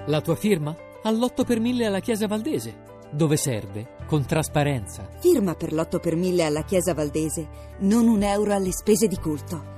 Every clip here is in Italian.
La tua firma? All'8 per 1000 alla Chiesa Valdese. Dove serve? Con trasparenza. Firma per l'8 per 1000 alla Chiesa Valdese. Non €1 alle spese di culto.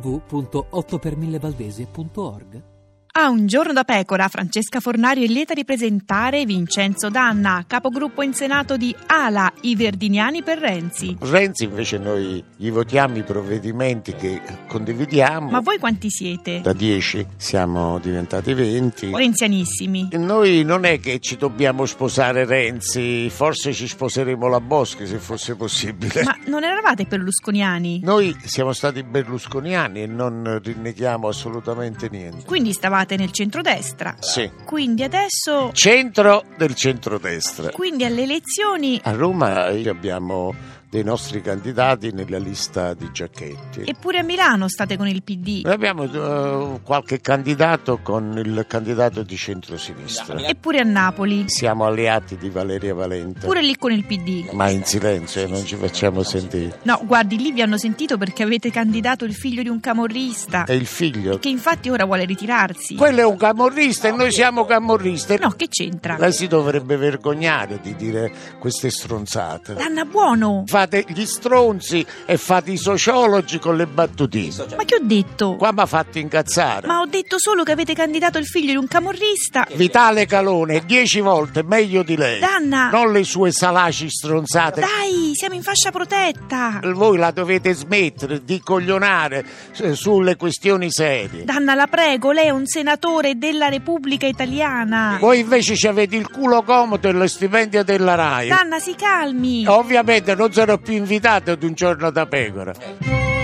www.8per1000valdese.org. A Un giorno da pecora, Francesca Fornario è lieta di presentare Vincenzo D'Anna, capogruppo in Senato di ALA, i Verdiniani per Renzi. Renzi invece noi gli votiamo i provvedimenti che condividiamo. Ma voi quanti siete? Da 10 siamo diventati 20. Renzianissimi. Noi non è che ci dobbiamo sposare Renzi, forse ci sposeremo la Boschi se fosse possibile. Ma non eravate berlusconiani? Noi siamo stati berlusconiani e non rinneghiamo assolutamente niente. Quindi stavate nel centrodestra? Sì. Quindi adesso... Centro del centrodestra. Quindi alle elezioni... A Roma abbiamo dei nostri candidati nella lista di Giacchetti. Eppure a Milano state con il PD. Noi abbiamo qualche candidato con il candidato di centrosinistra. Eppure a Napoli. Siamo alleati di Valeria Valente. Pure lì con il PD. Ma in silenzio, non ci facciamo sentire. No, guardi, lì vi hanno sentito perché avete candidato il figlio di un camorrista. E il figlio? Che infatti ora vuole ritirarsi. Quello è un camorrista e noi siamo camorristi. No, che c'entra? Lei si dovrebbe vergognare di dire queste stronzate. D'Anna buono! Fate gli stronzi e fate i sociologi con le battutine. Ma che ho detto? Qua mi ha fatto incazzare. Ma ho detto solo che avete candidato il figlio di un camorrista. Vitale Calone è 10 volte meglio di lei. D'Anna! Non le sue salaci stronzate. Dai, siamo in fascia protetta. Voi la dovete smettere di coglionare sulle questioni serie. D'Anna, la prego, lei è un senatore della Repubblica Italiana. Voi invece ci avete il culo comodo e lo stipendio della RAI. D'Anna, si calmi. Ovviamente non sarò più invitato ad Un giorno da pecora.